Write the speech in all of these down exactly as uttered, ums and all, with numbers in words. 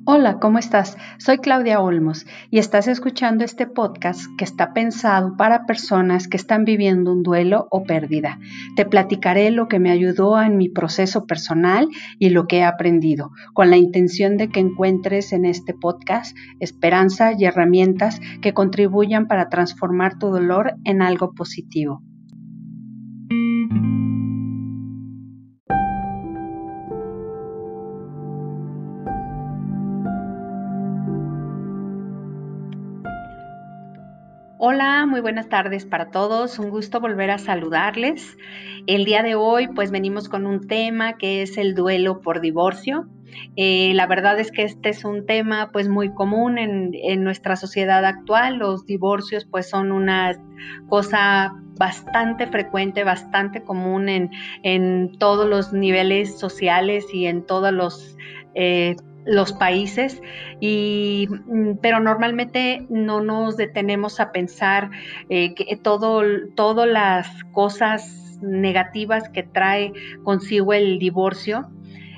Hola, ¿cómo estás? Soy Claudia Olmos y estás escuchando este podcast que está pensado para personas que están viviendo un duelo o pérdida. Te platicaré lo que me ayudó en mi proceso personal y lo que he aprendido, con la intención de que encuentres en este podcast esperanza y herramientas que contribuyan para transformar tu dolor en algo positivo. Hola, muy buenas tardes para todos. Un gusto volver a saludarles. El día de hoy, pues venimos con un tema que es el duelo por divorcio. Eh, la verdad es que este es un tema pues muy común en, en nuestra sociedad actual. Los divorcios pues son una cosa bastante frecuente, bastante común en, en todos los niveles sociales y en todos los eh, los países, y, pero normalmente no nos detenemos a pensar eh, que todo, todas las cosas negativas que trae consigo el divorcio.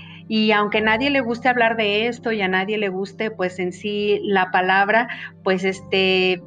Y aunque a nadie le guste hablar de esto y a nadie le guste pues en sí la palabra, pues este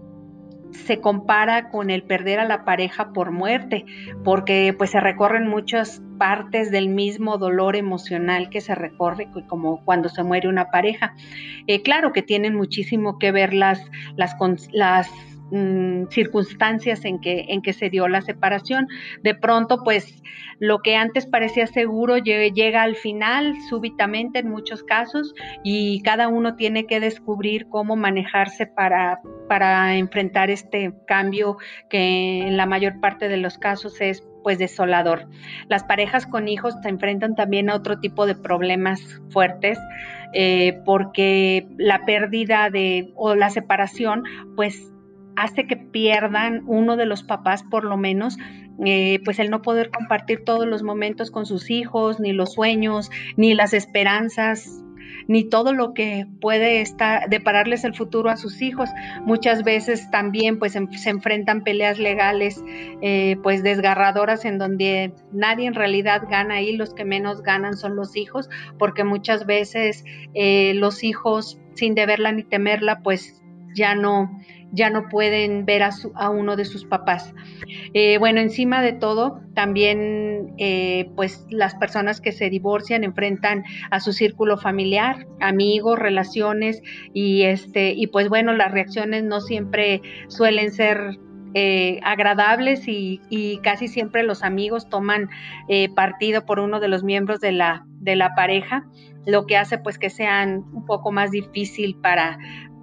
se compara con el perder a la pareja por muerte, porque pues se recorren muchas partes del mismo dolor emocional que se recorre como cuando se muere una pareja. Eh, claro que tienen muchísimo que ver las, las, las mmm, circunstancias en que, en que se dio la separación. De pronto, pues lo que antes parecía seguro llega al final súbitamente en muchos casos, y cada uno tiene que descubrir cómo manejarse para, para enfrentar este cambio que en la mayor parte de los casos es pues desolador. Las parejas con hijos se enfrentan también a otro tipo de problemas fuertes, eh, porque la pérdida de o la separación pues hace que pierdan uno de los papás por lo menos, eh, pues el no poder compartir todos los momentos con sus hijos, ni los sueños, ni las esperanzas, ni todo lo que puede estar, depararles el futuro a sus hijos. Muchas veces también pues se enfrentan peleas legales eh, pues desgarradoras, en donde nadie en realidad gana ahí, los que menos ganan son los hijos, porque muchas veces eh, los hijos, sin deberla ni temerla, pues ya no, ya no pueden ver a, su, a uno de sus papás. Eh, bueno, encima de todo, también eh, pues las personas que se divorcian enfrentan a su círculo familiar, amigos, relaciones, y este y pues bueno, las reacciones no siempre suelen ser eh, agradables, y, y casi siempre los amigos toman eh, partido por uno de los miembros de la, de la pareja, lo que hace pues que sean un poco más difícil para,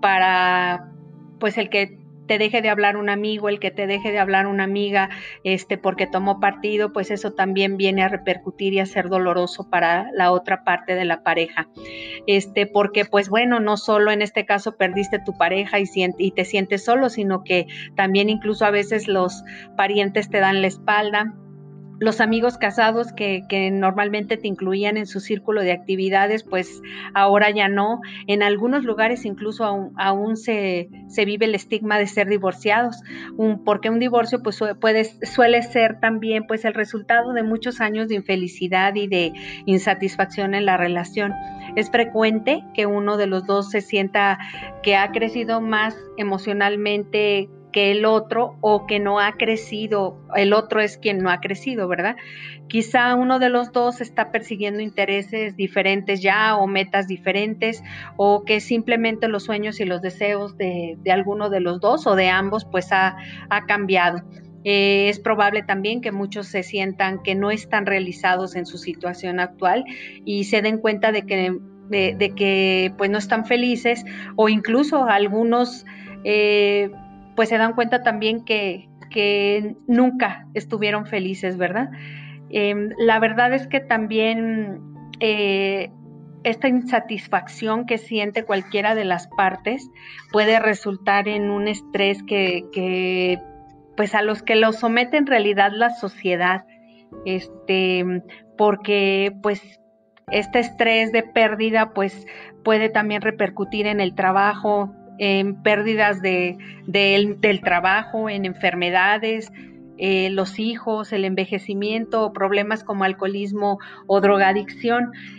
para pues el que te deje de hablar un amigo, el que te deje de hablar una amiga, este, porque tomó partido, pues eso también viene a repercutir y a ser doloroso para la otra parte de la pareja. Este, porque pues bueno, no solo en este caso perdiste tu pareja y, y te sientes solo, sino que también incluso a veces los parientes te dan la espalda. Los amigos casados que, que normalmente te incluían en su círculo de actividades, pues ahora ya no. En algunos lugares incluso aún, aún se, se vive el estigma de ser divorciados, un, porque un divorcio pues puede, suele ser también pues el resultado de muchos años de infelicidad y de insatisfacción en la relación. Es frecuente que uno de los dos se sienta que ha crecido más emocionalmente que el otro, o que no ha crecido, el otro es quien no ha crecido, ¿verdad? Quizá uno de los dos está persiguiendo intereses diferentes ya, o metas diferentes, o que simplemente los sueños y los deseos de, de alguno de los dos o de ambos pues ha, ha cambiado. Eh, es probable también que muchos se sientan que no están realizados en su situación actual y se den cuenta de que, de, de que pues no están felices, o incluso algunos eh, pues se dan cuenta también que, que nunca estuvieron felices, ¿verdad? Eh, la verdad es que también eh, esta insatisfacción que siente cualquiera de las partes puede resultar en un estrés que, que pues a los que lo somete en realidad la sociedad, este, porque pues este estrés de pérdida pues puede también repercutir en el trabajo, en pérdidas de, de, del trabajo, en enfermedades, eh, los hijos, el envejecimiento, problemas como alcoholismo o drogadicción.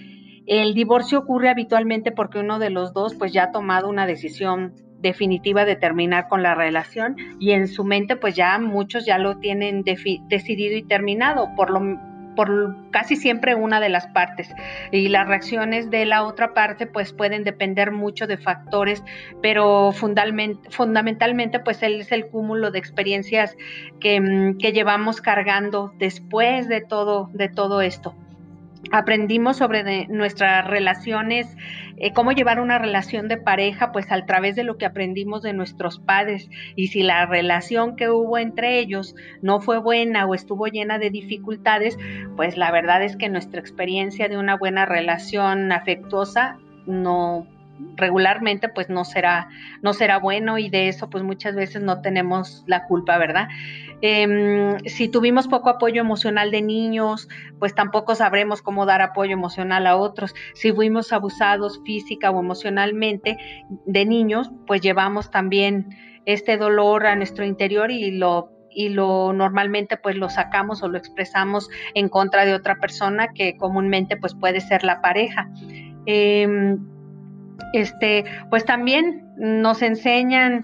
El divorcio ocurre habitualmente porque uno de los dos pues ya ha tomado una decisión definitiva de terminar con la relación y en su mente pues ya muchos ya lo tienen decidido y terminado, por lo por casi siempre una de las partes, y las reacciones de la otra parte pues pueden depender mucho de factores, pero fundament, fundamentalmente pues es el cúmulo de experiencias que, que llevamos cargando después de todo, de todo esto. Aprendimos sobre de nuestras relaciones, eh, cómo llevar una relación de pareja, pues a través de lo que aprendimos de nuestros padres, y si la relación que hubo entre ellos no fue buena o estuvo llena de dificultades, pues la verdad es que nuestra experiencia de una buena relación afectuosa no regularmente pues no será no será bueno, y de eso pues muchas veces no tenemos la culpa, ¿verdad? Eh, si tuvimos poco apoyo emocional de niños, pues tampoco sabremos cómo dar apoyo emocional a otros. Si fuimos abusados física o emocionalmente de niños, pues llevamos también este dolor a nuestro interior y lo y lo normalmente pues lo sacamos o lo expresamos en contra de otra persona, que comúnmente pues puede ser la pareja. Eh, este, pues también nos enseñan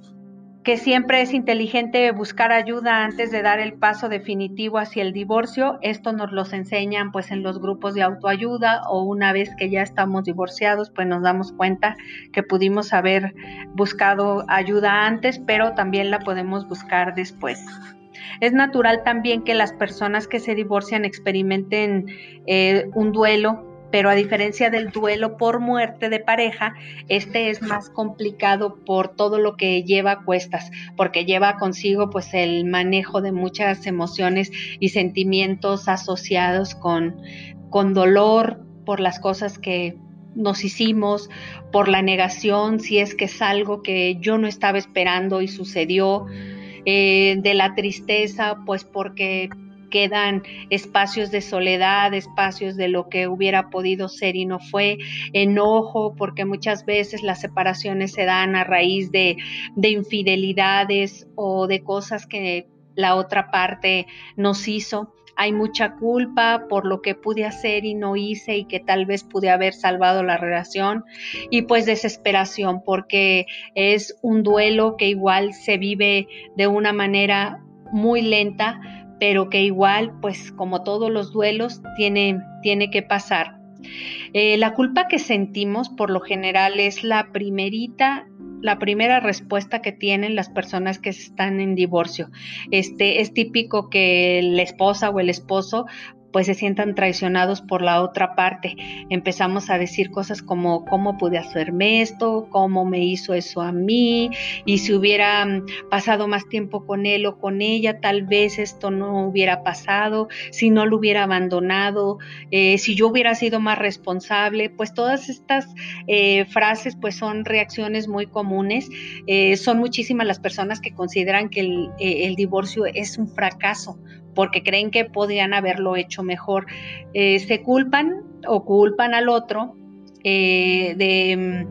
que siempre es inteligente buscar ayuda antes de dar el paso definitivo hacia el divorcio. Esto nos lo enseñan pues en los grupos de autoayuda, o una vez que ya estamos divorciados pues nos damos cuenta que pudimos haber buscado ayuda antes, pero también la podemos buscar después. Es natural también que las personas que se divorcian experimenten eh, un duelo, pero a diferencia del duelo por muerte de pareja, este es más complicado por todo lo que lleva a cuestas, porque lleva consigo pues el manejo de muchas emociones y sentimientos asociados con, con dolor por las cosas que nos hicimos, por la negación, si es que es algo que yo no estaba esperando y sucedió, eh, de la tristeza, pues porque quedan espacios de soledad, espacios de lo que hubiera podido ser y no fue, enojo, porque muchas veces las separaciones se dan a raíz de, de infidelidades o de cosas que la otra parte nos hizo. Hay mucha culpa por lo que pude hacer y no hice, y que tal vez pude haber salvado la relación, y pues desesperación, porque es un duelo que igual se vive de una manera muy lenta, pero que igual, pues como todos los duelos, tiene, tiene que pasar. Eh, la culpa que sentimos por lo general es la primerita, la primera respuesta que tienen las personas que están en divorcio. Este, es típico que la esposa o el esposo pues se sientan traicionados por la otra parte. Empezamos a decir cosas como cómo pude hacerme esto, cómo me hizo eso a mí, y si hubiera pasado más tiempo con él o con ella, tal vez esto no hubiera pasado, si no lo hubiera abandonado, eh, si yo hubiera sido más responsable. Pues todas estas eh, frases pues son reacciones muy comunes. Eh, son muchísimas las personas que consideran que el, eh, el divorcio es un fracaso, porque creen que podrían haberlo hecho mejor. Eh, se culpan o culpan al otro eh, de,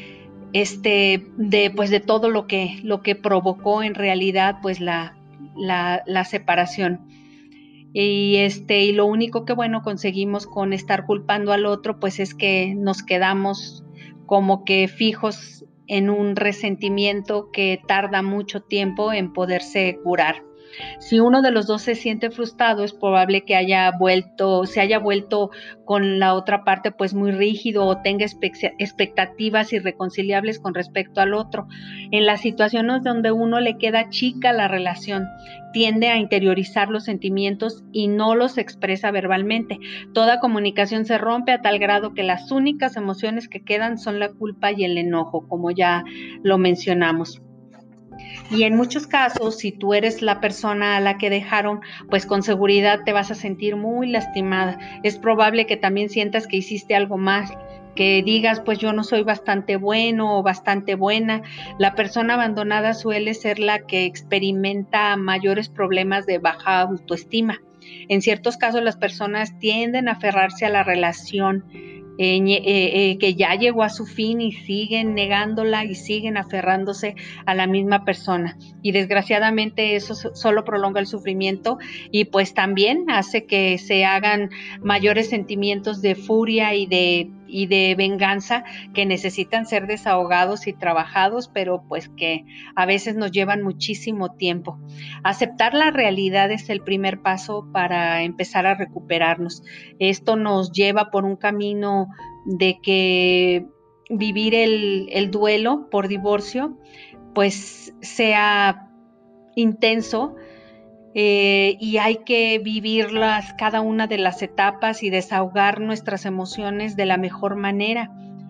este, de, pues de todo lo que, lo que provocó en realidad pues la, la, la separación. Y, este, y lo único que, bueno, conseguimos con estar culpando al otro, pues es que nos quedamos como que fijos en un resentimiento que tarda mucho tiempo en poderse curar. Si uno de los dos se siente frustrado, es probable que haya vuelto, se haya vuelto con la otra parte pues muy rígido, o tenga expectativas irreconciliables con respecto al otro. En las situaciones donde uno le queda chica la relación, tiende a interiorizar los sentimientos y no los expresa verbalmente. Toda comunicación se rompe a tal grado que las únicas emociones que quedan son la culpa y el enojo, como ya lo mencionamos. Y en muchos casos, si tú eres la persona a la que dejaron, pues con seguridad te vas a sentir muy lastimada. Es probable que también sientas que hiciste algo mal, que digas, pues yo no soy bastante bueno o bastante buena. La persona abandonada suele ser la que experimenta mayores problemas de baja autoestima. En ciertos casos, las personas tienden a aferrarse a la relación eh, eh, eh, que ya llegó a su fin y siguen negándola y siguen aferrándose a la misma persona. Y desgraciadamente eso solo prolonga el sufrimiento y pues también hace que se hagan mayores sentimientos de furia y de, y de venganza que necesitan ser desahogados y trabajados, pero pues que a veces nos llevan muchísimo tiempo. Aceptar la realidad es el primer paso para empezar a recuperarnos. Esto nos lleva por un camino de que vivir el, el duelo por divorcio pues sea intenso, eh, y hay que vivirlas cada una de las etapas y desahogar nuestras emociones de la mejor manera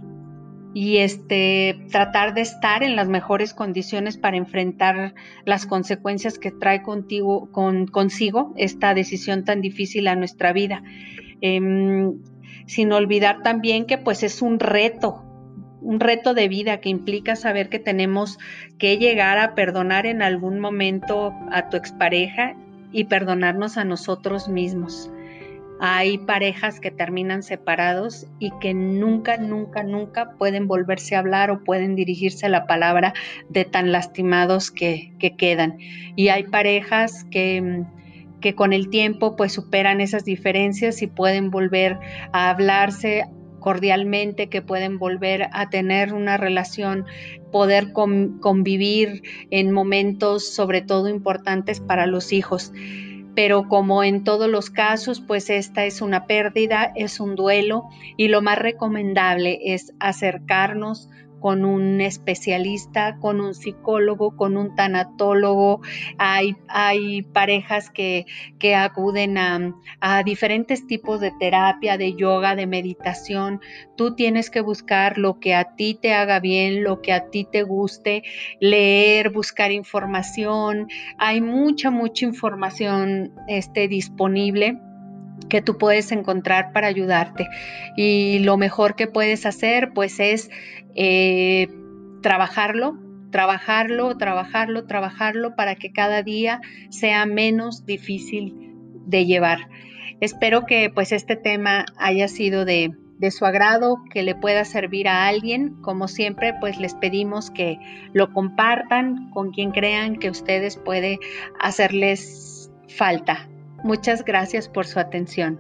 y este tratar de estar en las mejores condiciones para enfrentar las consecuencias que trae contigo, con, consigo esta decisión tan difícil a nuestra vida. Eh, sin olvidar también que pues es un reto, un reto de vida que implica saber que tenemos que llegar a perdonar en algún momento a tu expareja y perdonarnos a nosotros mismos. Hay parejas que terminan separados y que nunca, nunca, nunca pueden volverse a hablar o pueden dirigirse la palabra de tan lastimados que, que quedan. Y hay parejas que, que con el tiempo pues superan esas diferencias y pueden volver a hablarse cordialmente, que pueden volver a tener una relación, poder convivir en momentos sobre todo importantes para los hijos. Pero como en todos los casos, pues esta es una pérdida, es un duelo y lo más recomendable es acercarnos con un especialista, con un psicólogo, con un tanatólogo. Hay, hay parejas que, que acuden a, a diferentes tipos de terapia, de yoga, de meditación. Tú tienes que buscar lo que a ti te haga bien, lo que a ti te guste, leer, buscar información. Hay mucha, mucha información este, disponible que tú puedes encontrar para ayudarte. Y lo mejor que puedes hacer, pues, es eh, trabajarlo, trabajarlo, trabajarlo, trabajarlo para que cada día sea menos difícil de llevar. Espero que, pues, este tema haya sido de, de su agrado, que le pueda servir a alguien. Como siempre, pues, les pedimos que lo compartan con quien crean que ustedes puede hacerles falta. Muchas gracias por su atención.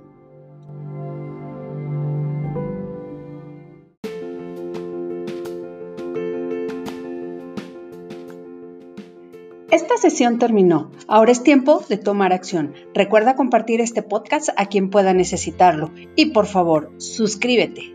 Esta sesión terminó. Ahora es tiempo de tomar acción. Recuerda compartir este podcast a quien pueda necesitarlo. Y por favor, suscríbete.